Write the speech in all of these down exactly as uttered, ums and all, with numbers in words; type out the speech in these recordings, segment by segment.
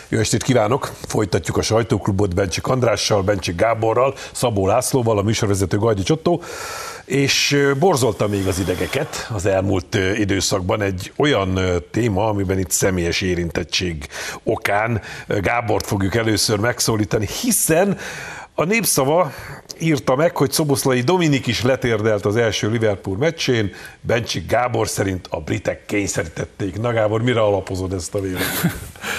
Jó estét kívánok! Folytatjuk a sajtóklubot Bencsik Andrással, Bencsik Gáborral, Szabó Lászlóval, a műsorvezető Gajdi Csottó, és borzolta még az idegeket az elmúlt időszakban egy olyan téma, amiben itt személyes érintettség okán Gábort fogjuk először megszólítani, hiszen a Népszava írta meg, hogy Szoboszlai Dominik is letérdelt az első Liverpool meccsén, Bencsik Gábor szerint a britek kényszerítették. Na Gábor, mire alapozod ezt a véleményt?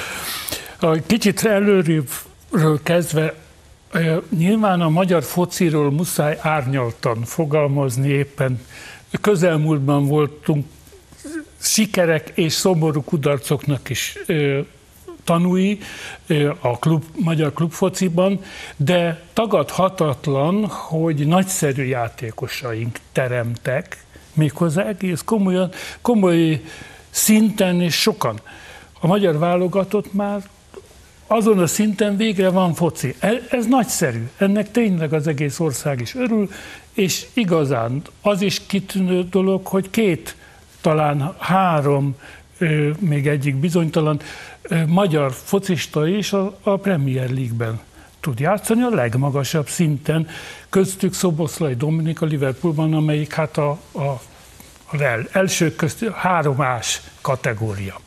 Kicsit előrébbről kezdve, nyilván a magyar fociról muszáj árnyaltan fogalmazni, éppen közelmúltban voltunk sikerek és szomorú kudarcoknak is tanúi a klub, magyar klubfociban, de tagadhatatlan, hogy nagyszerű játékosaink teremtek, méghozzá egész komolyan, komoly szinten és sokan. A magyar válogatott már azon a szinten végre van foci. Ez nagyszerű, ennek tényleg az egész ország is örül, és igazán az is kitűnő dolog, hogy két, talán három, még egyik bizonytalan magyar focista is a, a Premier League-ben tud játszani a legmagasabb szinten, köztük Szoboszlai Dominik a Liverpoolban, amelyik hát a, a, a elsők közt három ás kategória.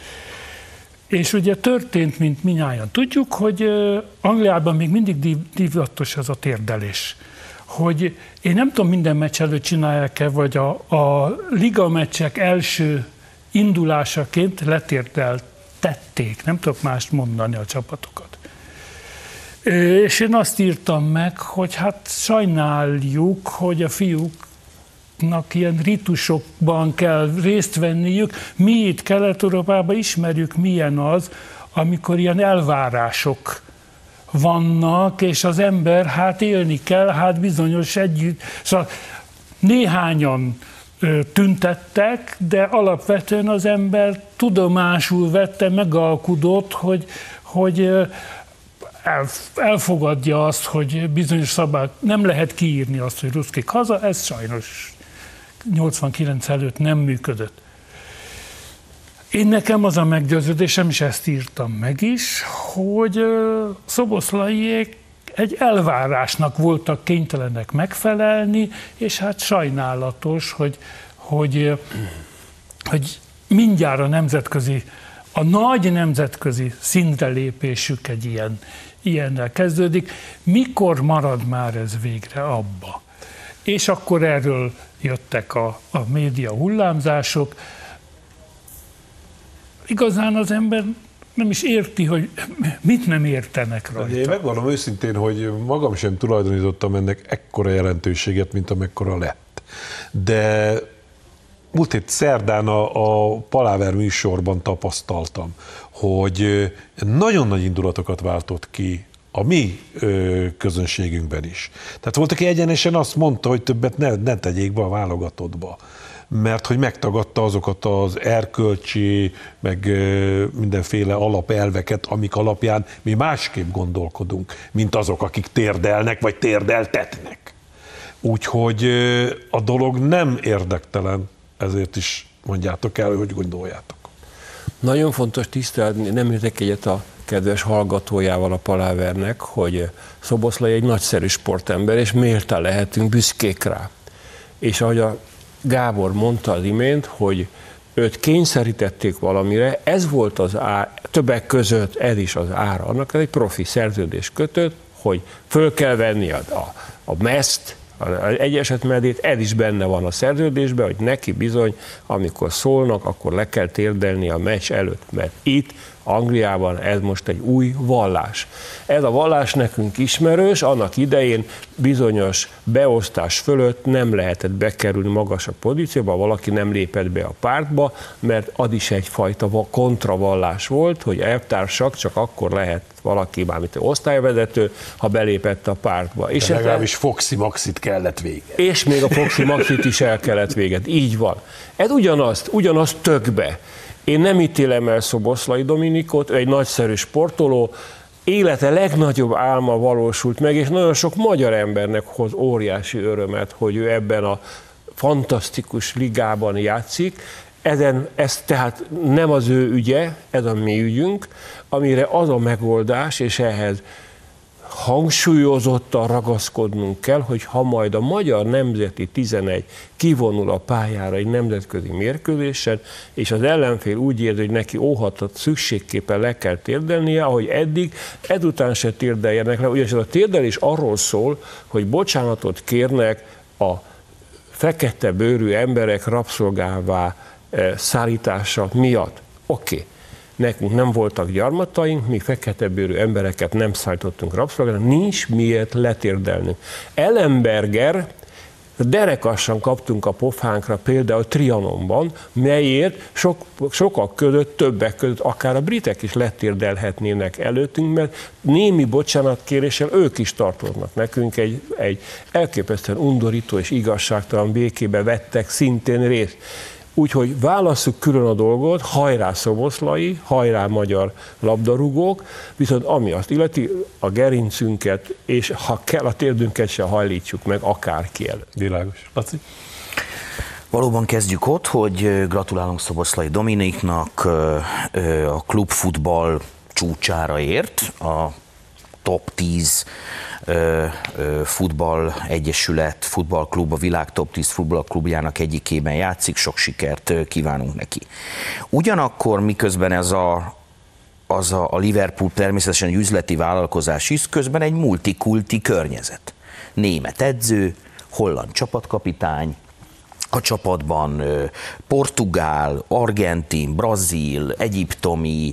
És ugye történt, mint minnyáján tudjuk, hogy Angliában még mindig divatos ez a térdelés. Hogy én nem tudom, minden meccs előtt csinálják-e, vagy a, a liga meccsek első indulásaként letérdeltették, nem tudok mást mondani a csapatokat. És én azt írtam meg, hogy hát sajnáljuk, hogy a fiúknak ilyen ritusokban kell részt venniük. Mi itt Kelet-Európában ismerjük, milyen az, amikor ilyen elvárások vannak, és az ember hát élni kell, hát bizonyos együtt. Szóval néhányan tüntettek, de alapvetően az ember tudomásul vette, megalkudott, hogy, hogy elfogadja azt, hogy bizonyos szabályok, nem lehet kiírni azt, hogy ruszkik haza, ez sajnos nyolcvankilenc előtt nem működött. Én nekem az a meggyőződésem, és ezt írtam meg is, hogy Szoboszlaiék egy elvárásnak voltak kénytelenek megfelelni, és hát sajnálatos, hogy, hogy, hogy mindjárt a nemzetközi, a nagy nemzetközi szintre lépésük egy ilyen, ilyennel kezdődik. Mikor marad már ez végre abba? És akkor erről jöttek a, a média hullámzások. Igazán az ember nem is érti, hogy mit nem értenek rajta. Én megmondom őszintén, hogy magam sem tulajdonítottam ennek ekkora jelentőséget, mint amekkora lett. De múlt hét szerdán a, a Paláver műsorban tapasztaltam, hogy nagyon nagy indulatokat váltott ki a mi ö, közönségünkben is. Tehát volt, aki egyenesen azt mondta, hogy többet ne, ne tegyék be a válogatottba, mert hogy megtagadta azokat az erkölcsi, meg mindenféle alapelveket, amik alapján mi másképp gondolkodunk, mint azok, akik térdelnek, vagy térdeltetnek. Úgyhogy a dolog nem érdektelen, ezért is mondjátok el, hogy gondoljátok. Nagyon fontos tisztelni, nem értek egyet a kedves hallgatójával a Palávernek, hogy Szoboszlai egy nagyszerű sportember, és méltán lehetünk büszkék rá. És ahogy a Gábor mondta az imént, hogy őt kényszerítették valamire, ez volt az ár, többek között ez is az ára. Annak ez egy profi szerződés kötött, hogy föl kell venni a, a, a meszt, az egyesetmedét, ez is benne van a szerződésben, hogy neki bizony, amikor szólnak, akkor le kell térdelni a meccs előtt, mert itt Angliában ez most egy új vallás. Ez a vallás nekünk ismerős, annak idején bizonyos beosztás fölött nem lehetett bekerülni magasabb pozícióba, valaki nem lépett be a pártba, mert az is egyfajta kontravallás volt, hogy elvtársak csak akkor lehet valaki, mármint osztályvezető, ha belépett a pártba. És legalábbis Foxy Maxit kellett véget. És még a Foxy Maxit is el kellett véget. Így van. Ez ugyanazt, ugyanazt tökbe. Én nem ítélem el Szoboszlai Dominikot, egy nagyszerű sportoló, élete legnagyobb álma valósult meg, és nagyon sok magyar embernek hoz óriási örömet, hogy ő ebben a fantasztikus ligában játszik. Ezen, ez tehát nem az ő ügye, ez a mi ügyünk, amire az a megoldás, és ehhez hangsúlyozottan ragaszkodnunk kell, hogy ha majd a magyar nemzeti tizenegy kivonul a pályára egy nemzetközi mérkőzésen, és az ellenfél úgy érzi, hogy neki óhatott szükségképpen le kell térdelnie, ahogy eddig, ezután se térdeljenek le. Ugyanis ez a térdelés arról szól, hogy bocsánatot kérnek a fekete bőrű emberek rabszolgává szállítása miatt. Oké. Okay. Nekünk nem voltak gyarmataink, mi feketebőrű embereket nem szállítottunk rabszolgára, nincs miért letérdelnünk. Ellenberger, derekassan kaptunk a pofánkra például Trianonban, melyért sok, sokak között, többek között akár a britek is letérdelhetnének előttünk, mert némi bocsánatkéréssel ők is tartoznak nekünk, egy, egy elképesztően undorító és igazságtalan békébe vettek szintén részt. Úgyhogy válasszuk külön a dolgot, hajrá szoboszlai, hajrá magyar labdarúgók, viszont ami azt illeti, a gerincünket, és ha kell, a térdünket se hajlítsuk meg akárki előtt. Világos. Laci? Valóban kezdjük ott, hogy gratulálunk Szoboszlai Dominiknak a klubfutball csúcsára ért, a top tíz futball egyesület, futballklub, a világ top tíz futballklubjának egyikében játszik, sok sikert kívánunk neki. Ugyanakkor miközben ez a, az a, a Liverpool természetesen egy üzleti vállalkozás is, közben egy multikulti környezet. Német edző, holland csapatkapitány, a csapatban portugál, argentin, brazil, egyiptomi,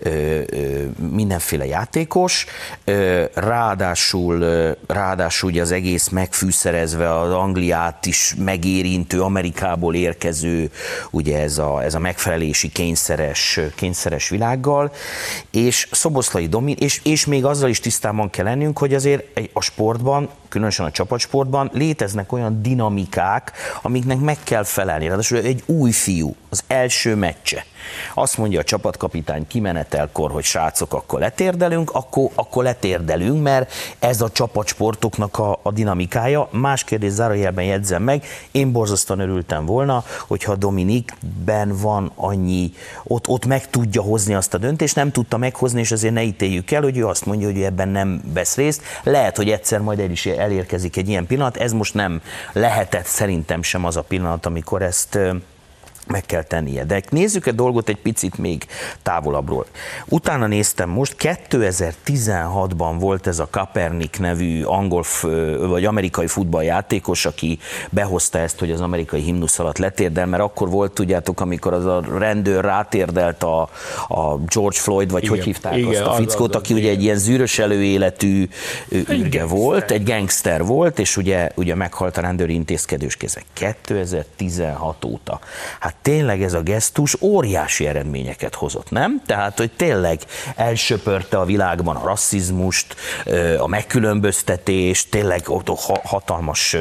mindenféle játékos, ráadásul, ráadásul ugye az egész megfűszerezve, az Angliát is megérintő, Amerikából érkező, ugye ez a, ez a megfelelési kényszeres, kényszeres világgal, és Szoboszlai Domin, és, és még azzal is tisztában kell lennünk, hogy azért a sportban, különösen a csapatsportban léteznek olyan dinamikák, amiknek meg kell felelni. Ráadásul egy új fiú, az első meccse. Azt mondja a csapatkapitány kimenetelkor, hogy srácok, akkor letérdelünk, akkor, akkor letérdelünk, mert ez a csapatsportoknak a, a dinamikája. Más kérdés, zárójelben jegyzem meg, én borzasztóan örültem volna, hogyha Dominikben van annyi, ott, ott meg tudja hozni azt a döntést, nem tudta meghozni, és azért ne ítéljük el, hogy ő azt mondja, hogy ő ebben nem vesz részt. Lehet, hogy egyszer majd el is elérkezik egy ilyen pillanat, ez most nem lehetett szerintem sem az a pillanat, amikor ezt meg kell tennie. De nézzük egy dolgot egy picit még távolabbról. Utána néztem most, kétezer-tizenhatban volt ez a Kaepernick nevű angol vagy amerikai futballjátékos, aki behozta ezt, hogy az amerikai himnusz alatt letérdel, mert akkor volt, tudjátok, amikor az a rendőr rátérdelt a, a George Floyd, vagy igen, hogy hívták igen, azt a fickót, az, az, aki az, ugye igen. egy ilyen zűrös előéletű ürge volt, egy gangster volt, és ugye, ugye meghalt a rendőri intézkedős kezek. kétezer-tizenhat óta. Hát tényleg ez a gesztus óriási eredményeket hozott, nem? Tehát, hogy tényleg elsöpörte a világban a rasszizmust, a megkülönböztetést, tényleg hatalmas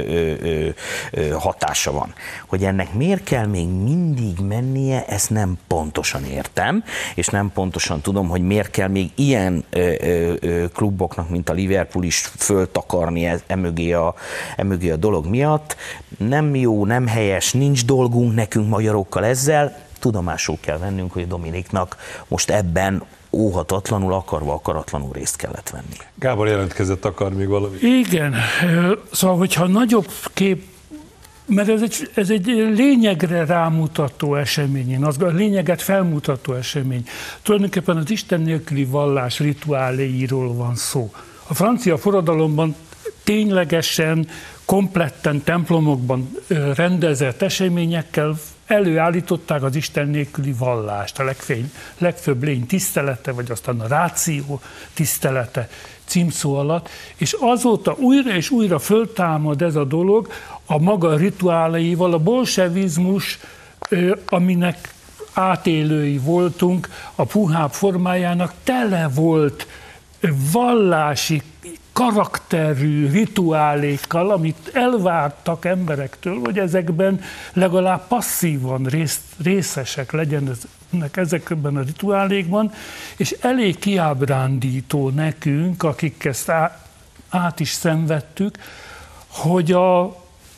hatása van. Hogy ennek miért kell még mindig mennie, ezt nem pontosan értem, és nem pontosan tudom, hogy miért kell még ilyen kluboknak, mint a Liverpool is föltakarni emögé a, emögé a dolog miatt. Nem jó, nem helyes, nincs dolgunk nekünk magyarokkal ezzel, tudomásul kell vennünk, hogy Dominiknak most ebben óhatatlanul, akarva, akaratlanul részt kellett venni. Gábor jelentkezett, akar még valami? Igen, szóval, hogyha nagyobb kép, mert ez egy, ez egy lényegre rámutató esemény, én azt, a lényeget felmutató esemény. Tulajdonképpen az Isten nélküli vallás rituáléiról van szó. A francia forradalomban ténylegesen, kompletten templomokban rendezett eseményekkel előállították az Isten nélküli vallást, a legfény, legfőbb lény tisztelete, vagy aztán a ráció tisztelete címszó alatt, és azóta újra és újra föltámad ez a dolog a maga rituáleival, a bolsevizmus, aminek átélői voltunk, a puhább formájának tele volt vallási karakterű rituálékkal, amit elvártak emberektől, hogy ezekben legalább passzívan részt, részesek legyenek ezekben a rituálékban, és elég kiábrándító nekünk, akik ezt á, át is szenvedtük, hogy a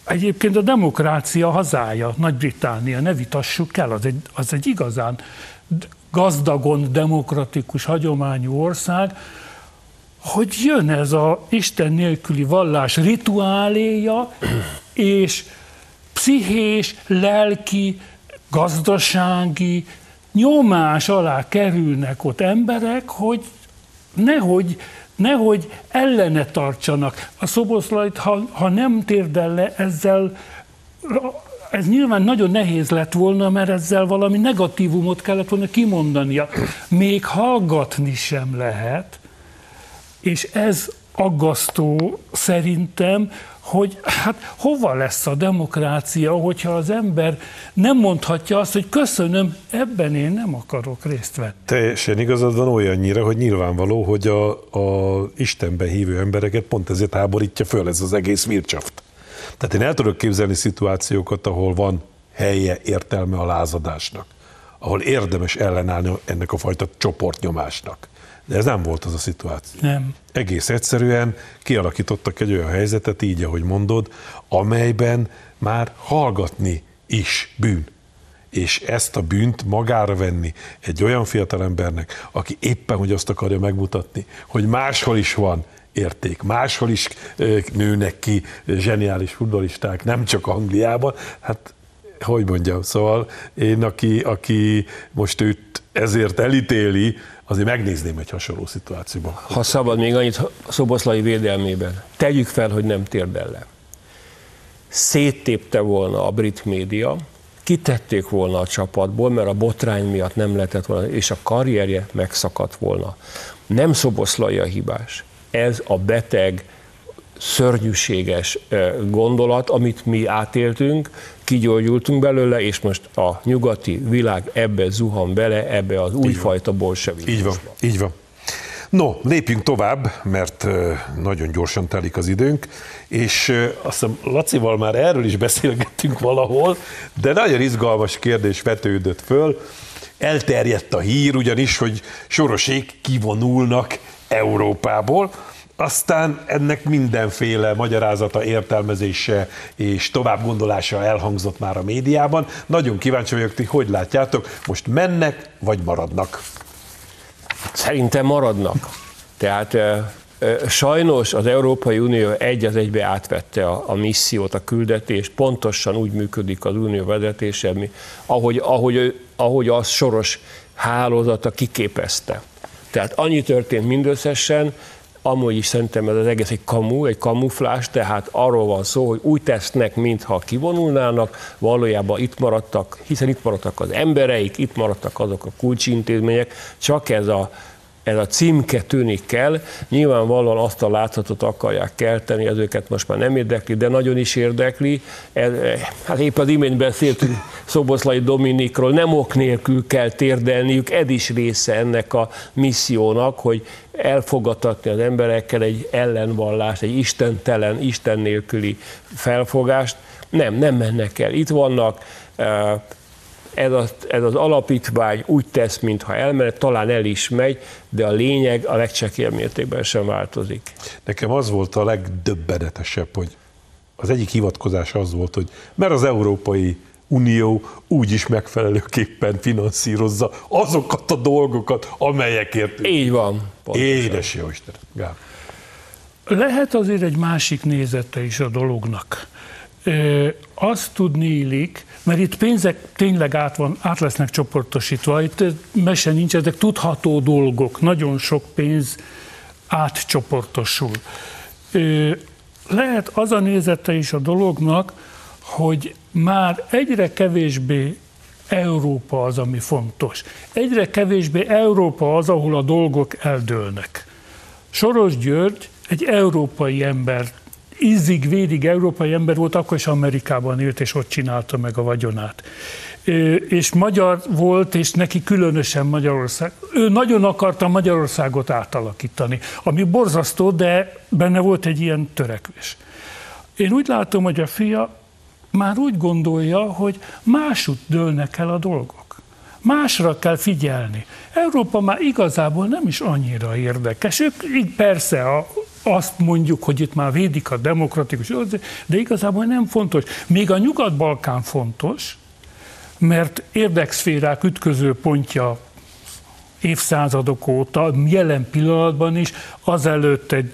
egyébként a demokrácia hazája, Nagy-Britannia, ne vitassuk el, az egy, az egy igazán gazdagon demokratikus hagyományú ország, hogy jön ez a Isten nélküli vallás rituáléja, és pszichés, lelki, gazdasági nyomás alá kerülnek ott emberek, hogy nehogy, nehogy ellene tartsanak. A Szoboszlait, ha, ha nem térdel le ezzel, ez nyilván nagyon nehéz lett volna, mert ezzel valami negatívumot kellett volna kimondania. Még hallgatni sem lehet, és ez aggasztó szerintem, hogy hát hova lesz a demokrácia, hogyha az ember nem mondhatja azt, hogy köszönöm, ebben én nem akarok részt venni. Teljesen igazad van olyannyira, hogy nyilvánvaló, hogy a, a Istenben hívő embereket pont ezért háborítja föl ez az egész Wirtschaft. Tehát én el tudok képzelni szituációkat, ahol van helye, értelme a lázadásnak, ahol érdemes ellenállni ennek a fajta csoportnyomásnak. De ez nem volt az a szituáció. Nem. Egész egyszerűen kialakítottak egy olyan helyzetet, így ahogy mondod, amelyben már hallgatni is bűn. És ezt a bűnt magára venni egy olyan fiatalembernek, aki éppen hogy azt akarja megmutatni, hogy máshol is van érték, máshol is nőnek ki zseniális futballisták, nem csak Angliában, hát hogy mondjam, szóval én, aki, aki most őt ezért elítéli, azért megnézném egy hasonló szituációban. Ha szabad még annyit Szoboszlai védelmében, tegyük fel, hogy nem térdel le. Széttépte volna a brit média, kitették volna a csapatból, mert a botrány miatt nem lehetett volna, és a karrierje megszakadt volna. Nem Szoboszlai a hibás. Ez a beteg, szörnyűséges gondolat, amit mi átéltünk, kigyógyultunk belőle, és most a nyugati világ ebbe zuhan bele, ebbe az újfajta bolsevizmusba. Így van, így van. No, lépjünk tovább, mert nagyon gyorsan telik az időnk, és azt hiszem Lacival már erről is beszélgettünk valahol, de nagyon izgalmas kérdés vetődött föl. Elterjedt a hír ugyanis, hogy Sorosék kivonulnak Európából, aztán ennek mindenféle magyarázata, értelmezése és továbbgondolása elhangzott már a médiában. Nagyon kíváncsi vagyok, ti hogy látjátok, most mennek vagy maradnak? Szerintem maradnak. Tehát e, e, sajnos az Európai Unió egy az egybe átvette a, a missziót, a küldetést, pontosan úgy működik az unió vezetése, ahogy, ahogy, ahogy az Soros hálózata kiképezte. Tehát annyi történt mindösszesen, amúgy is szerintem ez az egész egy kamu, egy kamuflás, tehát arról van szó, hogy úgy tesznek, mintha kivonulnának, valójában itt maradtak, hiszen itt maradtak az embereik, itt maradtak azok a kulcsintézmények, csak ez a, ez a címke tűnik el, nyilvánvalóan azt a látszatot akarják kelteni, ez őket most már nem érdekli, de nagyon is érdekli. Ez, hát épp az imént beszéltünk Szoboszlai Dominikról, nem ok nélkül kell térdelniük, ez is része ennek a missziónak, hogy elfogadtatni az emberekkel egy ellenvallást, egy istentelen, isten nélküli felfogást. Nem, nem mennek el. Itt vannak, ez az, ez az alapítvány úgy tesz, mintha elmenet, talán el is megy, de a lényeg a legcsekélyebb mértékben sem változik. Nekem az volt a legdöbbenetesebb, hogy az egyik hivatkozás az volt, hogy mert az Európai Unió úgyis megfelelőképpen finanszírozza azokat a dolgokat, amelyekért... Így van. Pontosan. Édes jó Isten. Gál. Lehet azért egy másik nézete is a dolognak. E, azt tudni illik, mert itt pénzek tényleg át, van, át lesznek csoportosítva, itt mese nincs, ezek tudható dolgok, nagyon sok pénz átcsoportosul. E, lehet az a nézete is a dolognak, hogy már egyre kevésbé Európa az, ami fontos. Egyre kevésbé Európa az, ahol a dolgok eldőlnek. Soros György egy európai ember, ízig-vérig európai ember volt, akkor is Amerikában élt, és ott csinálta meg a vagyonát. És magyar volt, és neki különösen Magyarország. Ő nagyon akarta Magyarországot átalakítani, ami borzasztó, de benne volt egy ilyen törekvés. Én úgy látom, hogy a fia már úgy gondolja, hogy másút dőlnek el a dolgok. Másra kell figyelni. Európa már igazából nem is annyira érdekes. Ők így persze a azt mondjuk, hogy itt már védik a demokratikus, de igazából nem fontos. Még a Nyugat-Balkán fontos, mert érdekszférák ütköző pontja évszázadok óta, jelen pillanatban is, azelőtt egy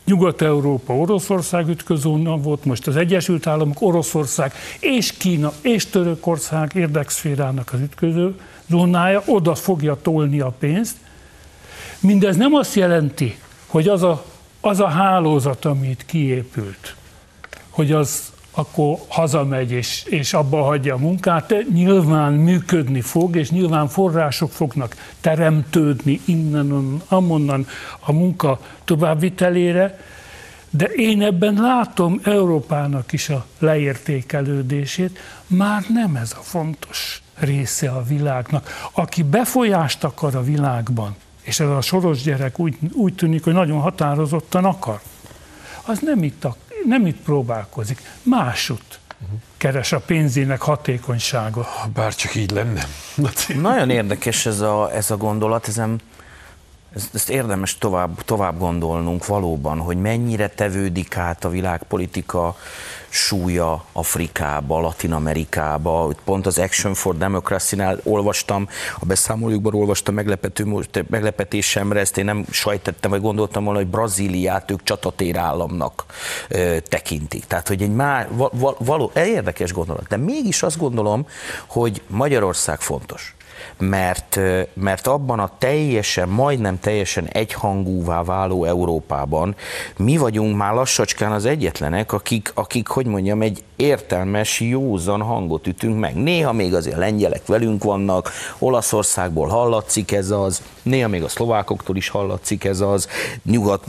Nyugat-Európa-Oroszország ütközóna volt, most az Egyesült Államok, Oroszország és Kína és Törökország érdekszférának az ütköző zónája, oda fogja tolni a pénzt. Mindez nem azt jelenti, hogy az a, az a hálózat, amit kiépült, hogy az akkor hazamegy és, és abba hagyja a munkát, de nyilván működni fog, és nyilván források fognak teremtődni innen, amonnan a munka továbbvitelére, de én ebben látom Európának is a leértékelődését, már nem ez a fontos része a világnak. Aki befolyást akar a világban, és ez a Soros gyerek úgy, úgy tűnik, hogy nagyon határozottan akar, az nem itt, a, nem itt próbálkozik, másutt keres a pénzének hatékonyságot. Bár csak így lenne. Nagyon érdekes ez a, ez a gondolat, ezen, ezt, ezt érdemes tovább, tovább gondolnunk valóban, hogy mennyire tevődik át a világpolitika súlya Afrikába, Latin-Amerikába. Pont az Action for Democracy-nál olvastam, a beszámolókban olvastam meglepető, meglepetésemre, ezt én nem sajtettem, vagy gondoltam volna, hogy Brazíliát ők csatatér államnak ö, tekintik. Tehát, hogy egy má, val, való, érdekes gondolat, de mégis azt gondolom, hogy Magyarország fontos. Mert, mert abban a teljesen, majdnem teljesen egyhangúvá váló Európában mi vagyunk már lassacskán az egyetlenek, akik, akik, hogy mondjam, egy értelmes, józan hangot ütünk meg. Néha még azért a lengyelek velünk vannak, Olaszországból hallatszik ez az, néha még a szlovákoktól is hallatszik ez az, nyugat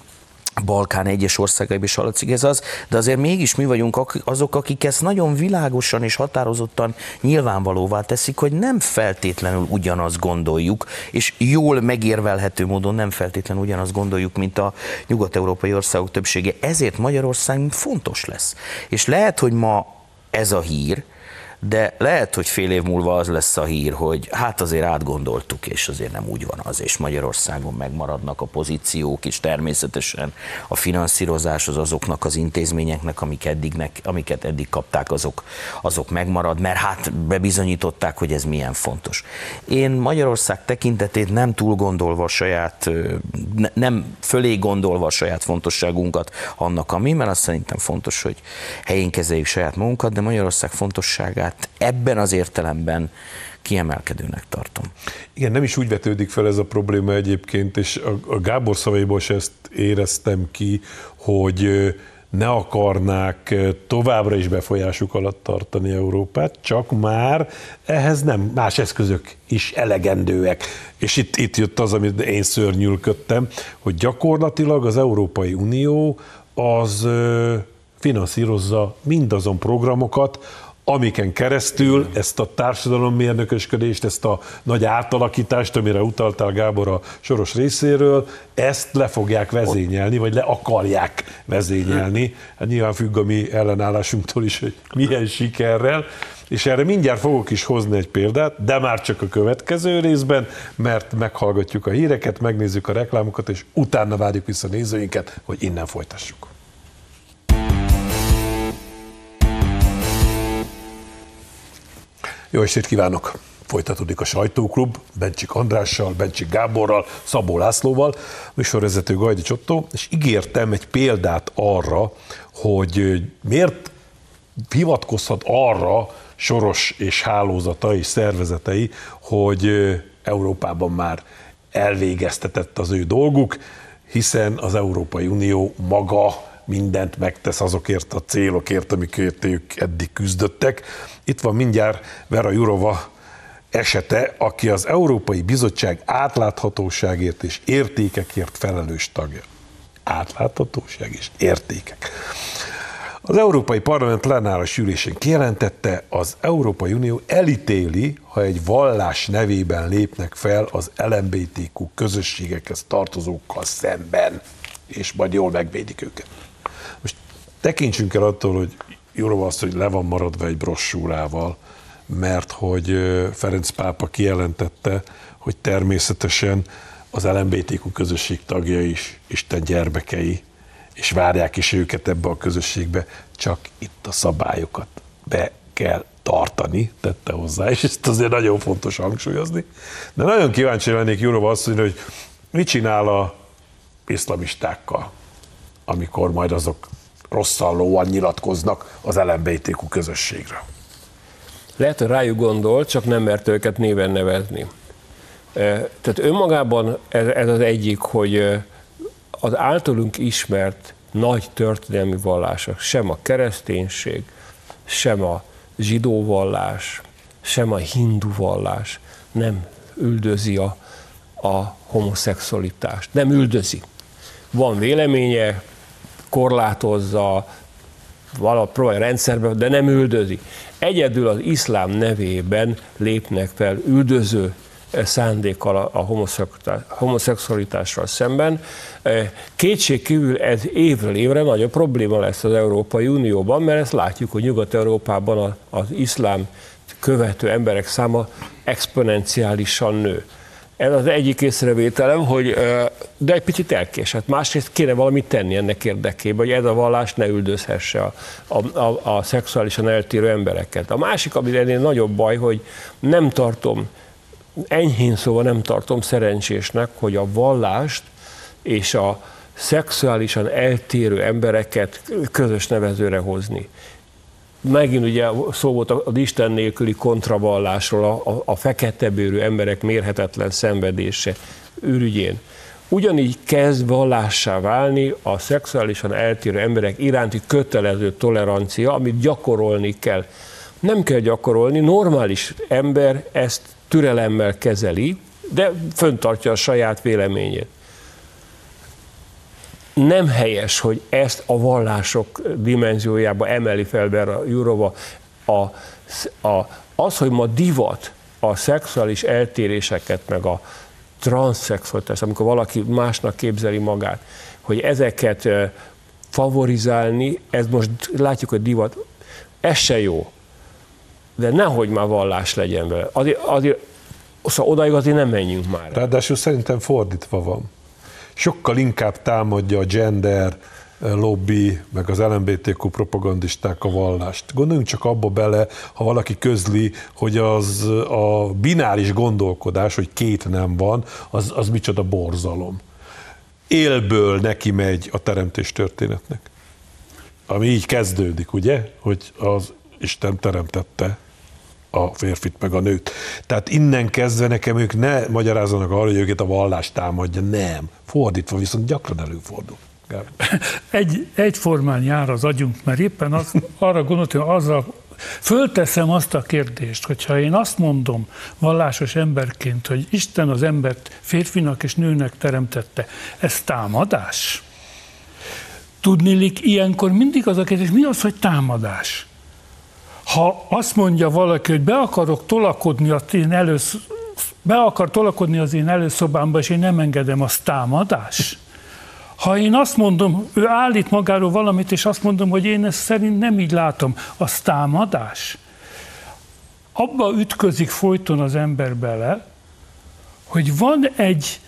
Balkán egyes országaiban is hallatszik ez az, de azért mégis mi vagyunk azok, akik ezt nagyon világosan és határozottan nyilvánvalóvá teszik, hogy nem feltétlenül ugyanazt gondoljuk, és jól megérvelhető módon nem feltétlenül ugyanazt gondoljuk, mint a nyugat-európai országok többsége. Ezért Magyarország fontos lesz. És lehet, hogy ma ez a hír, de lehet, hogy fél év múlva az lesz a hír, hogy hát azért átgondoltuk, és azért nem úgy van az, és Magyarországon megmaradnak a pozíciók, és természetesen a finanszírozás az azoknak az intézményeknek, amik eddignek, amiket eddig kapták, azok, azok megmarad, mert hát bebizonyították, hogy ez milyen fontos. Én Magyarország tekintetét nem túl gondolva a saját, nem fölé gondolva a saját fontosságunkat annak, ami, mert azt szerintem fontos, hogy helyén kezeljük saját magunkat, de Magyarország fontosságát ebben az értelemben kiemelkedőnek tartom. Igen, nem is úgy vetődik fel ez a probléma egyébként, és a, a Gábor szavaiból se ezt éreztem ki, hogy ne akarnák továbbra is befolyásuk alatt tartani Európát, csak már ehhez nem, más eszközök is elegendőek. És itt, itt jött az, amit én szörnyűlködtem, hogy gyakorlatilag az Európai Unió az finanszírozza mindazon programokat, amiken keresztül ezt a társadalommérnökösködést, ezt a nagy átalakítást, amire utaltál Gábor a Soros részéről, ezt le fogják vezényelni, vagy le akarják vezényelni. Hát nyilván függ a mi ellenállásunktól is, hogy milyen sikerrel. És erre mindjárt fogok is hozni egy példát, de már csak a következő részben, mert meghallgatjuk a híreket, megnézzük a reklámokat, és utána várjuk vissza nézőinket, hogy innen folytassuk. Jó estét kívánok! Folytatódik a Sajtóklub, Bencsik Andrással, Bencsik Gáborral, Szabó Lászlóval, műsorvezető Gajdics Ottó, és ígértem egy példát arra, hogy miért hivatkozhat arra Soros és hálózata és szervezetei, hogy Európában már elvégeztetett az ő dolguk, hiszen az Európai Unió maga mindent megtesz azokért a célokért, amikért ők eddig küzdöttek. Itt van mindjárt Vera Jourova esete, aki az Európai Bizottság átláthatóságért és értékekért felelős tagja. Átláthatóság és értékek. Az Európai Parlament plenáris ülésén kijelentette, az Európai Unió elítéli, ha egy vallás nevében lépnek fel az el em bé té kú közösségekhez tartozókkal szemben, és majd jól megvédik őket. Most tekintsünk el attól, hogy Jourova azt, hogy le van maradva egy brossúrával, mert hogy Ferenc pápa kijelentette, hogy természetesen az el em bé té kú közösség tagjai is, Isten gyermekei, és várják is őket ebbe a közösségbe, csak itt a szabályokat be kell tartani, tette hozzá, és ezt azért nagyon fontos hangsúlyozni. De nagyon kíváncsi lennék Jourova azt mondani, hogy mit csinál a iszlamistákkal, amikor majd azok rosszallóan nyilatkoznak az el em bé té kú közösségre. Lehet, hogy rájuk gondol, csak nem mert őket néven nevezni. Tehát önmagában ez, ez az egyik, hogy az általunk ismert nagy történelmi vallások, sem a kereszténység, sem a zsidó vallás, sem a hindu vallás nem üldözi a, a homoszexualitást. Nem üldözi. Van véleménye, korlátozza, valahogy próbálja rendszerbe, de nem üldözi. Egyedül az iszlám nevében lépnek fel üldöző szándékkal a homoszexualitással szemben. Kétség kívül ez évről évre nagyobb probléma lesz az Európai Unióban, mert ezt látjuk, hogy Nyugat-Európában az iszlám követő emberek száma exponenciálisan nő. Ez az egyik észrevételem, hogy de egy picit elkésett. Másrészt kéne valamit tenni ennek érdekében, hogy ez a vallás ne üldözhesse a, a, a, a szexuálisan eltérő embereket. A másik, ami ennél nagyobb baj, hogy nem tartom, enyhén szóval nem tartom szerencsésnek, hogy a vallást és a szexuálisan eltérő embereket közös nevezőre hozni. Megint ugye szó volt az Isten nélküli kontravallásról, a, a, a feketebőrű emberek mérhetetlen szenvedése ürügyén. Ugyanígy kezd vallássá válni a szexuálisan eltérő emberek iránti kötelező tolerancia, amit gyakorolni kell. Nem kell gyakorolni, normális ember ezt türelemmel kezeli, de fenntartja a saját véleményét. Nem helyes, hogy ezt a vallások dimenziójába emeli fel Vera Jourova. A, a, az, hogy ma divat a szexuális eltéréseket, meg a transzszexualitást, amikor valaki másnak képzeli magát, hogy ezeket favorizálni, ez most látjuk, hogy divat, ez se jó. De nehogy már vallás legyen vele. Azért, azért szóval odaig azért nem menjünk már. Ráadásul szerintem fordítva van. Sokkal inkább támadja a gender lobby, meg az el em bé té kú propagandisták a vallást. Gondoljunk csak abba bele, ha valaki közli, hogy az a bináris gondolkodás, hogy két nem van, az, az micsoda borzalom. Élből neki megy a teremtés történetnek. Ami így kezdődik, ugye? Hogy az Isten teremtette a férfit meg a nőt. Tehát innen kezdve nekem ők ne magyarázzanak arra, hogy őket a vallás támadja. Nem. Fordítva viszont gyakran előfordul. Egy, egyformán jár az agyunk, mert éppen az, arra gondoltam, hogy azzal fölteszem azt a kérdést, hogyha én azt mondom vallásos emberként, hogy Isten az embert férfinak és nőnek teremtette, ez támadás? Tudniillik, ilyenkor mindig az a kérdés, mi az, hogy támadás? Ha azt mondja valaki, hogy be akarok tolakodni az én elősz, be akar tolakodni az én előszobámba, és én nem engedem, az támadás? Ha én azt mondom, ő állít magáról valamit, és azt mondom, hogy én ezt szerint nem így látom, az támadás? Abba ütközik folyton az ember bele, hogy van egy,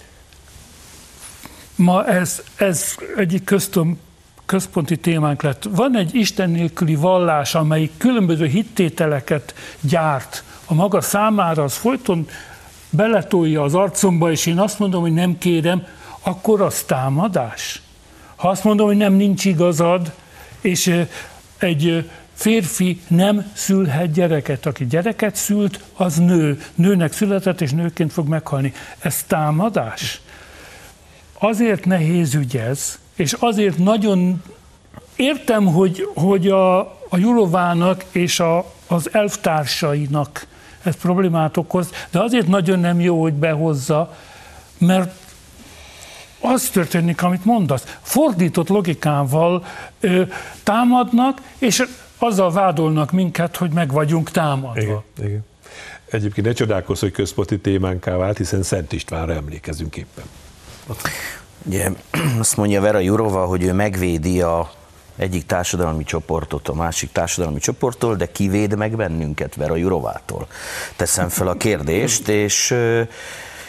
ma ez, ez egyik köztöm, központi témánk lett. Van egy Isten nélküli vallás, amelyik különböző hittételeket gyárt a maga számára, az folyton beletolja az arcomba, és én azt mondom, hogy nem kérem, akkor az támadás. Ha azt mondom, hogy nem, nincs igazad, és egy férfi nem szülhet gyereket, aki gyereket szült, az nő. Nőnek született, és nőként fog meghalni. Ez támadás. Azért nehéz ügy ez, és azért nagyon értem, hogy, hogy a, a Jourovának és a, az elvtársainak ez problémát okoz, de azért nagyon nem jó, hogy behozza, mert az történik, amit mondasz. Fordított logikával ö, támadnak, és azzal vádolnak minket, hogy meg vagyunk támadva. Igen, igen. Egyébként ne csodálkozz, hogy központi témánká vált, hiszen Szent Istvánra emlékezünk éppen. Ugye, azt mondja Vera Jourova, hogy ő megvédi a egyik társadalmi csoportot a másik társadalmi csoporttól, de kivéd meg bennünket Vera Jourovától. Teszem fel a kérdést, és,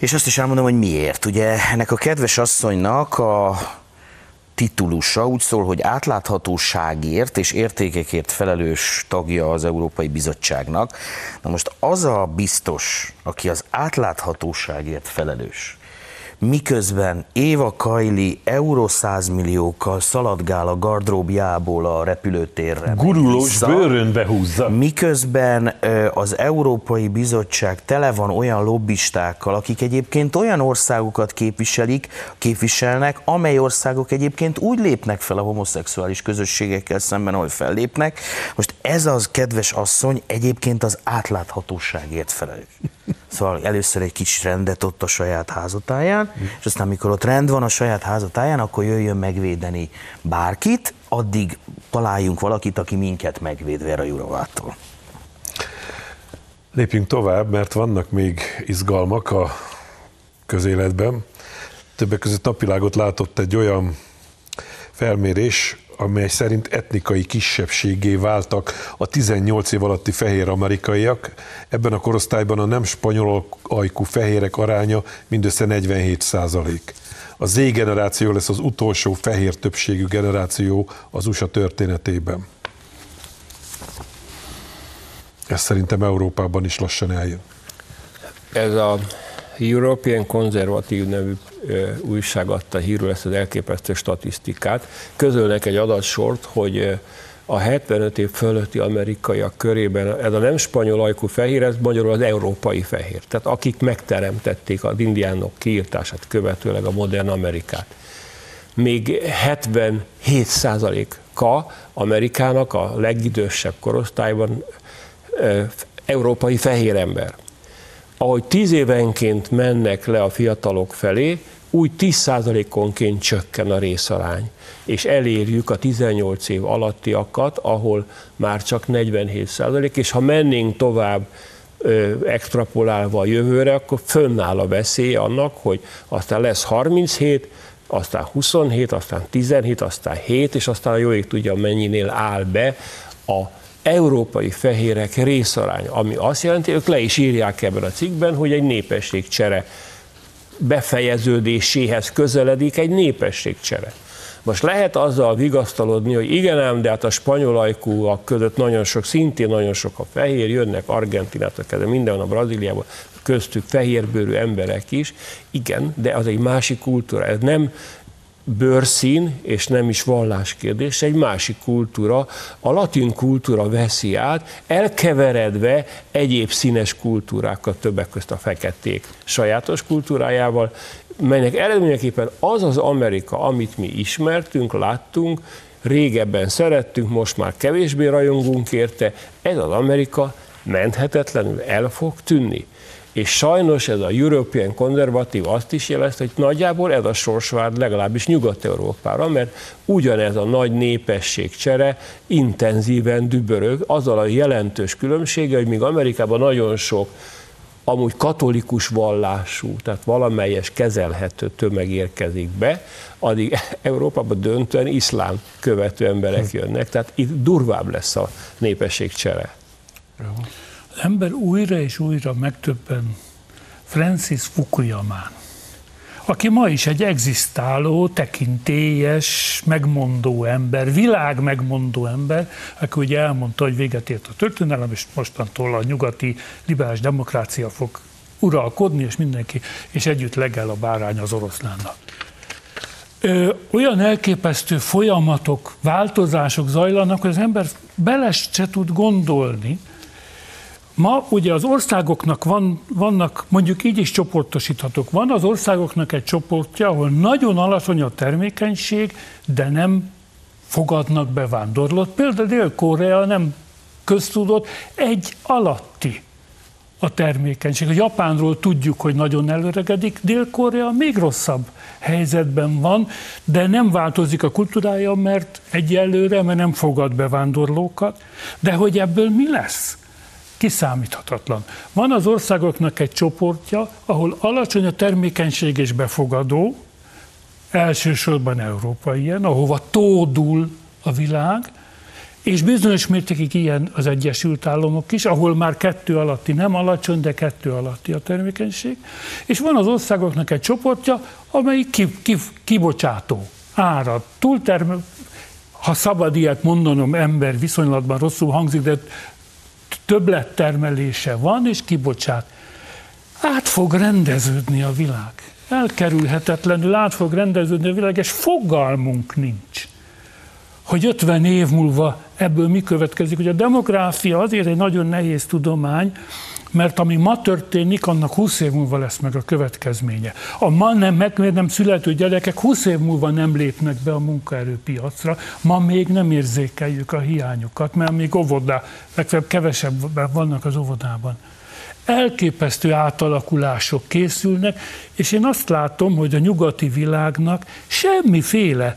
És azt is elmondom, hogy miért. Ugye ennek a kedves asszonynak a titulusa úgy szól, hogy átláthatóságért és értékekért felelős tagja az Európai Bizottságnak. Na most az a biztos, aki az átláthatóságért felelős, miközben Éva Kaili euró százmilliókkal szaladgál a gardróbjából a repülőtérre. Gurulós bőrönbe húzza. Miközben az Európai Bizottság tele van olyan lobbistákkal, akik egyébként olyan országokat képviselik, képviselnek, amely országok egyébként úgy lépnek fel a homoszexuális közösségekkel szemben, ahogy fellépnek. Most ez az kedves asszony egyébként az átláthatóságért felelős. Szóval először egy kicsi rendet ott a saját házatáján, és aztán amikor ott rend van a saját házatáján, akkor jöjjön megvédeni bárkit, addig találjunk valakit, aki minket megvéd Vera Jourovától. Lépjünk tovább, mert vannak még izgalmak a közéletben. Többek között napvilágot látott egy olyan felmérés, amely szerint etnikai kisebbséggé váltak a tizennyolc év alatti fehér amerikaiak. Ebben a korosztályban a nem spanyol ajkú fehérek aránya mindössze negyvenhét százalék. A Z generáció lesz az utolsó fehér többségű generáció az u es á történetében. Ez szerintem Európában is lassan eljön. Ez a European Conservative nevű újság adta hírül ezt az elképesztő statisztikát. Közölnek egy adatsort, hogy a hetvenöt év fölötti amerikaiak körében ez a nem spanyol ajkú fehér, ez magyarul az európai fehér. Tehát akik megteremtették az indiánok kiirtását követőleg a modern Amerikát. Még hetvenhét százaléka Amerikának a legidősebb korosztályban európai fehér ember. Ahogy tíz évenként mennek le a fiatalok felé, úgy tíz százalékonként csökken a részarány, és elérjük a tizennyolc év alattiakat, ahol már csak negyvenhét százalék, és ha mennénk tovább ö, extrapolálva a jövőre, akkor fönnáll a veszély annak, hogy aztán lesz harminchét, aztán huszonhét, aztán tizenhét, aztán hét, és aztán a jó ég tudja, mennyinél áll be a európai fehérek részaránya, ami azt jelenti, ők le is írják ebben a cikkben, hogy egy népességcsere befejeződéséhez közeledik egy népességcsere. Most lehet azzal vigasztalodni, hogy igen ám, de hát a spanyol ajkúak között nagyon sok, szintén nagyon sok a fehér, jönnek Argentinától kezdve, minden a Brazíliából, köztük fehérbőrű emberek is. Igen, de az egy másik kultúra, ez nem bőrszín, és nem is valláskérdés, egy másik kultúra, a latin kultúra veszi át, elkeveredve egyéb színes kultúrákat, többek közt a feketék sajátos kultúrájával, melynek eredményeképpen az az Amerika, amit mi ismertünk, láttunk, régebben szerettünk, most már kevésbé rajongunk érte, ez az Amerika menthetetlenül el fog tűnni. És sajnos ez a European Conservative azt is jelezte, hogy nagyjából ez a sorsvárd legalábbis Nyugat-Európára, mert ugyanez a nagy népességcsere intenzíven dübörög, azzal a jelentős különbsége, hogy míg Amerikában nagyon sok amúgy katolikus vallású, tehát valamelyes kezelhető tömeg érkezik be, addig Európában döntően iszlám követő emberek jönnek, tehát itt durvább lesz a népességcsere. Az ember újra és újra megtöbben Francis Fukuyamán, aki ma is egy egzisztáló, tekintélyes, megmondó ember, világ megmondó ember, aki ugye elmondta, hogy véget ért a történelem, és mostantól a nyugati liberális demokrácia fog uralkodni, és mindenki, és együtt legel a bárány az oroszlánnak. Ö, olyan elképesztő folyamatok, változások zajlanak, hogy az ember bele se tud gondolni. Ma ugye az országoknak van, vannak, mondjuk így is csoportosíthatók, van az országoknak egy csoportja, ahol nagyon alacsony a termékenység, de nem fogadnak bevándorlót. Például Dél-Korea nem köztudott, egy alatti a termékenység. A Japánról tudjuk, hogy nagyon előregedik, Dél-Korea még rosszabb helyzetben van, de nem változik a kultúrája, mert egyelőre, mert nem fogad bevándorlókat. De hogy ebből mi lesz? Kiszámíthatatlan. Van az országoknak egy csoportja, ahol alacsony a termékenység és befogadó, elsősorban Európa ilyen, ahova tódul a világ, és bizonyos mértékig ilyen az Egyesült Államok is, ahol már kettő alatti nem alacsony, de kettő alatti a termékenység, és van az országoknak egy csoportja, amelyik ki, ki, kibocsátó, árad, túltermel, ha szabad ilyet mondanom, ember viszonylatban rosszul hangzik, de többlettermelése van, és kibocsát. Át fog rendeződni a világ. Elkerülhetetlenül át fog rendeződni a világ, és fogalmunk nincs, hogy ötven év múlva ebből mi következik. Hogy a demográfia azért egy nagyon nehéz tudomány, mert ami ma történik, annak húsz év múlva lesz meg a következménye. A ma nem, meg nem születő gyerekek húsz év múlva nem lépnek be a munkaerőpiacra, ma még nem érzékeljük a hiányokat, mert még óvodá, legfeljebb kevesebb vannak az óvodában. Elképesztő átalakulások készülnek, és én azt látom, hogy a nyugati világnak semmiféle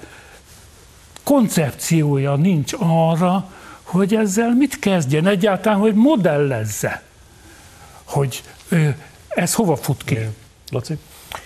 koncepciója nincs arra, hogy ezzel mit kezdjen, egyáltalán, hogy modellezze, hogy ez hova fut ki. Laci?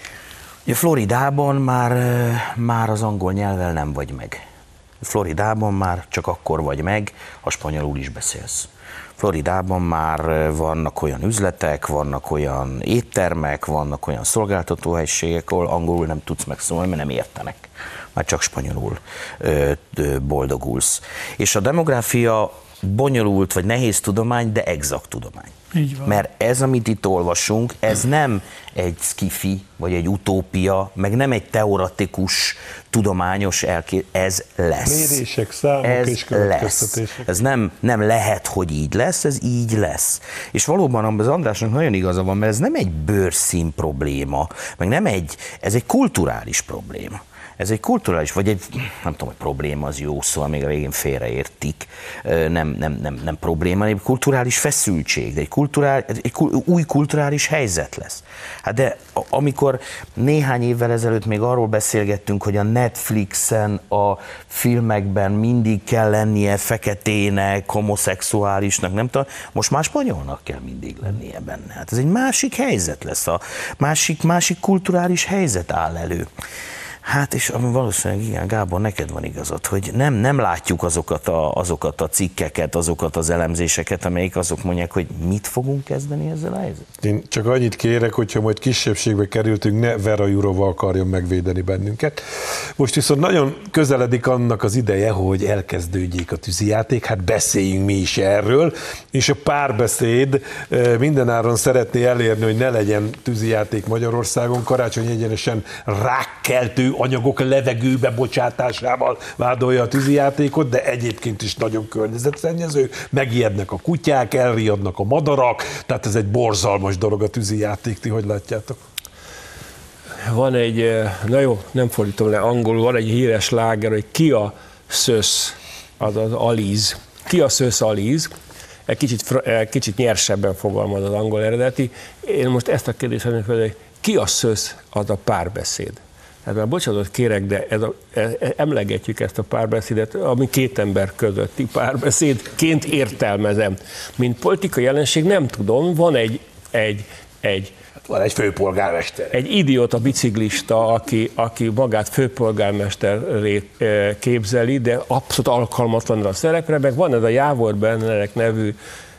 Ja, Floridában már, már az angol nyelvvel nem vagy meg. Floridában már csak akkor vagy meg, ha spanyolul is beszélsz. Floridában már vannak olyan üzletek, vannak olyan éttermek, vannak olyan szolgáltatóhelységek, ahol angolul nem tudsz megszólni, mert nem értenek. Már csak spanyolul ö, ö, boldogulsz. És a demográfia bonyolult vagy nehéz tudomány, de exakt tudomány. Így van. Mert ez, amit itt olvasunk, ez nem egy skifi, vagy egy utópia, meg nem egy teoretikus, tudományos elké... ez lesz. Mérések, számok ez és következtetések. Lesz. Ez nem, nem lehet, hogy így lesz, ez így lesz. És valóban az Andrásnak nagyon igaza van, mert ez nem egy bőrszín probléma, meg nem egy, ez egy kulturális probléma. Ez egy kulturális, vagy egy, nem tudom, hogy probléma az jó szó, még a végén félreértik, nem, nem, nem, nem probléma, egy kulturális feszültség, de egy, kulturál, egy új kulturális helyzet lesz. Hát de amikor néhány évvel ezelőtt még arról beszélgettünk, hogy a Netflixen, a filmekben mindig kell lennie feketének, homoszexuálisnak, nem tudom, most már spanyolnak kell mindig lennie benne. Hát ez egy másik helyzet lesz, a másik, másik kulturális helyzet áll elő. Hát és ami valószínűleg igen, Gábor, neked van igazad, hogy nem, nem látjuk azokat a, azokat a cikkeket, azokat az elemzéseket, amelyik azok mondják, hogy mit fogunk kezdeni ezzel a helyzettel. Én csak annyit kérek, hogyha majd kisebbségbe kerültünk, ne Vera Jourova akarjon megvédeni bennünket. Most viszont nagyon közeledik annak az ideje, hogy elkezdődjék a tűzijáték, hát beszéljünk mi is erről, és a párbeszéd mindenáron szeretné elérni, hogy ne legyen tűzijáték Magyarországon, Karácsony egyenesen rákkeltő anyagok levegőbe bocsátásával vádolja a tűzijátékot, de egyébként is nagyon környezetszennyező, megijednek a kutyák, elriadnak a madarak, tehát ez egy borzalmas dolog a tűzijáték, ti hogy látjátok? Van egy, na jó, nem fordítom le angolul, van egy híres sláger, hogy ki a szösz, az az Aliz, ki a szösz Aliz, egy kicsit, kicsit nyersebben fogalmaz az angol eredeti. Én most ezt a kérdést szeretném fel, hogy ki a szösz, az a párbeszéd. Hát már bocsánatot kérek, de ez a, e, emlegetjük ezt a párbeszédet, ami két ember közötti párbeszédként értelmezem. Mint politikai jelenség nem tudom, van egy, egy, egy van egy főpolgármester. Egy idióta biciklista, aki, aki magát főpolgármesterré képzeli, de abszolút alkalmatlan a szerepre, meg van ez a Jávor Bennerek nevű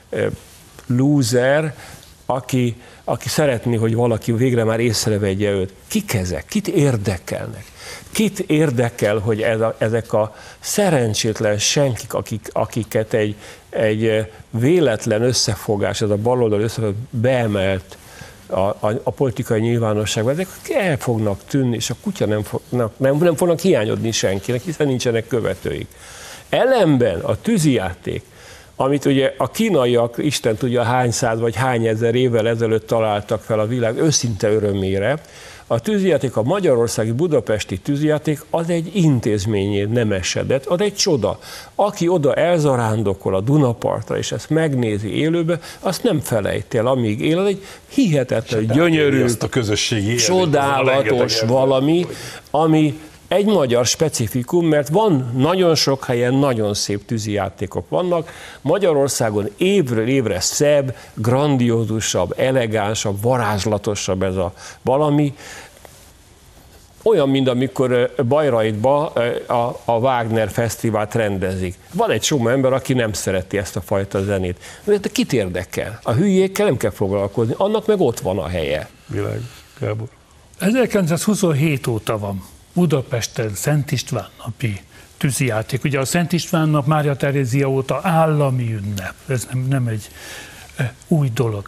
loser, aki, aki szeretné, hogy valaki végre már észrevegye őt. Kik ezek? Kit érdekelnek? Kit érdekel, hogy ez a, ezek a szerencsétlen senkik, akik, akiket egy, egy véletlen összefogás, ez a baloldal összefogás beemelt a, a, a politikai nyilvánosságban, ezek el fognak tűnni, és a kutya nem, fognak, nem, nem fognak hiányodni senkinek, hiszen nincsenek követőik. Ellenben a tűzijáték, amit ugye a kínaiak, Isten tudja hány száz vagy hány ezer évvel ezelőtt találtak fel a világ őszinte örömére, a tűzijáték, a magyarországi budapesti tűzijáték az egy intézményé nemesedett, az egy csoda. Aki oda elzarándokol a Dunapartra, és ezt megnézi élőbe, azt nem felejt el, amíg él, az egy hihetetlen, gyönyörű, azt a közösségi csodálatos valami, ami egy magyar specifikum, mert van nagyon sok helyen nagyon szép tűzijátékok vannak. Magyarországon évről évre szebb, grandiózusabb, elegánsabb, varázslatosabb ez a valami. olyan, mint amikor Bayreuthba a, a Wagner Fesztivált rendezik. Van egy csomó ember, aki nem szereti ezt a fajta zenét. De kit érdekel? A hülyékkel nem kell foglalkozni, annak meg ott van a helye. Világ, Gábor. ezerkilencszázhuszonhét óta van Budapesten Szent István napi tűzijáték. Ugye a Szent István nap Mária Terézia óta állami ünnep. Ez nem, nem egy e, új dolog.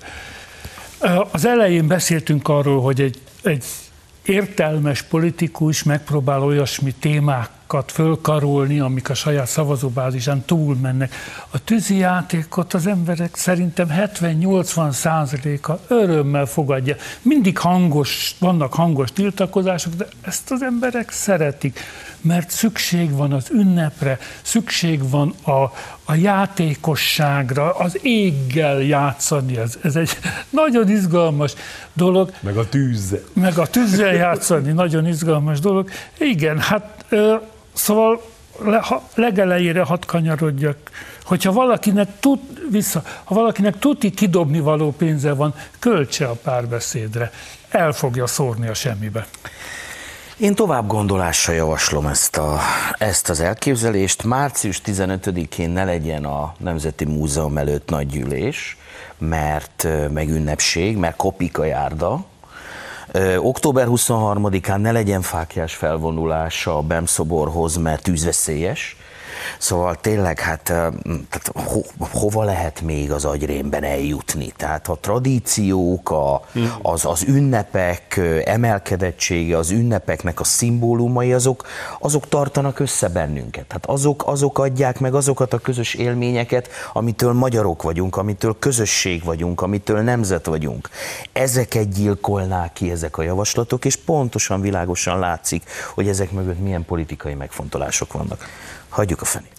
Az elején beszéltünk arról, hogy egy, egy értelmes politikus megpróbál olyasmi témákat fölkarolni, amik a saját szavazóbázisán túlmennek. A tűzijátékot az emberek szerintem hetven-nyolcvan százaléka örömmel fogadja. Mindig hangos, vannak hangos tiltakozások, de ezt az emberek szeretik, mert szükség van az ünnepre, szükség van a, a játékosságra, az éggel játszani. Ez, ez egy nagyon izgalmas dolog. Meg a tűzzel. Meg a tűzzel játszani, nagyon izgalmas dolog. Igen, hát szóval legelejére hadd kanyarodjak, hogyha valakinek tud, vissza, ha valakinek tuti kidobni való pénze van, költse a Párbeszédre. El fogja szórni a semmibe. Én tovább gondolással javaslom ezt, a, ezt az elképzelést. március tizenötödikén ne legyen a Nemzeti Múzeum előtt nagy gyűlés, mert meg ünnepség, mert kopik a járda. Ö, október huszonharmadikán ne legyen fáklyás felvonulása a Bem szoborhoz, mert tűzveszélyes. Szóval tényleg, hát tehát ho, hova lehet még az agyrémben eljutni? Tehát a tradíciók, a, az, az ünnepek emelkedettsége, az ünnepeknek a szimbólumai, azok, azok tartanak össze bennünket. Hát azok, azok adják meg azokat a közös élményeket, amitől magyarok vagyunk, amitől közösség vagyunk, amitől nemzet vagyunk. Ezeket gyilkolnák ki ezek a javaslatok, és pontosan, világosan látszik, hogy ezek mögött milyen politikai megfontolások vannak. Hagyjuk a fenét.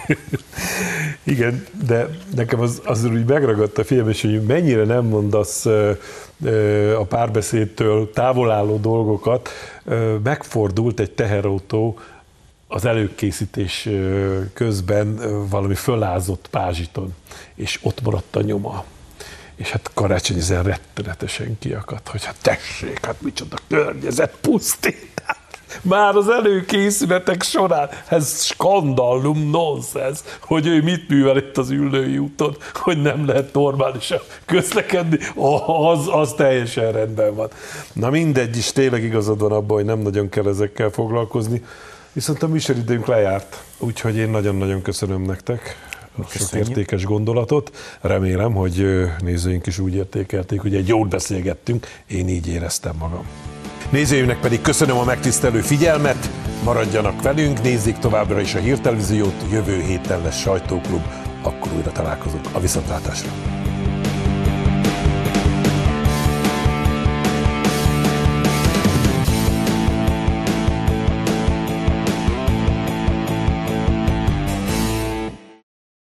Igen, de nekem az, az úgy megragadt a filmes, hogy mennyire nem mondasz a Párbeszédtől távolálló dolgokat. Megfordult egy teherautó az előkészítés közben valami fölázott pázsiton, és ott maradt a nyoma. És hát Karácsony ezen rettenetesen kiakadt, hogy hát tessék, hát micsoda környezet pusztítás. Már az előkészületek során, ez skandallum, nonsens, hogy ő mit művel itt az Üllői úton, hogy nem lehet normálisan közlekedni, az, az teljesen rendben van. Na mindegy is, tényleg igazad van abban, hogy nem nagyon kell ezekkel foglalkozni, viszont a műsoridőnk lejárt, úgyhogy én nagyon-nagyon köszönöm nektek a sok értékes gondolatot. Remélem, hogy nézőink is úgy értékelték, hogy egy jót beszélgettünk, én így éreztem magam. Nézőimnek pedig köszönöm a megtisztelő figyelmet, maradjanak velünk, nézzék továbbra is a Hírtelevíziót, jövő héten lesz sajtóklub, akkor újra találkozunk, a viszontlátásra.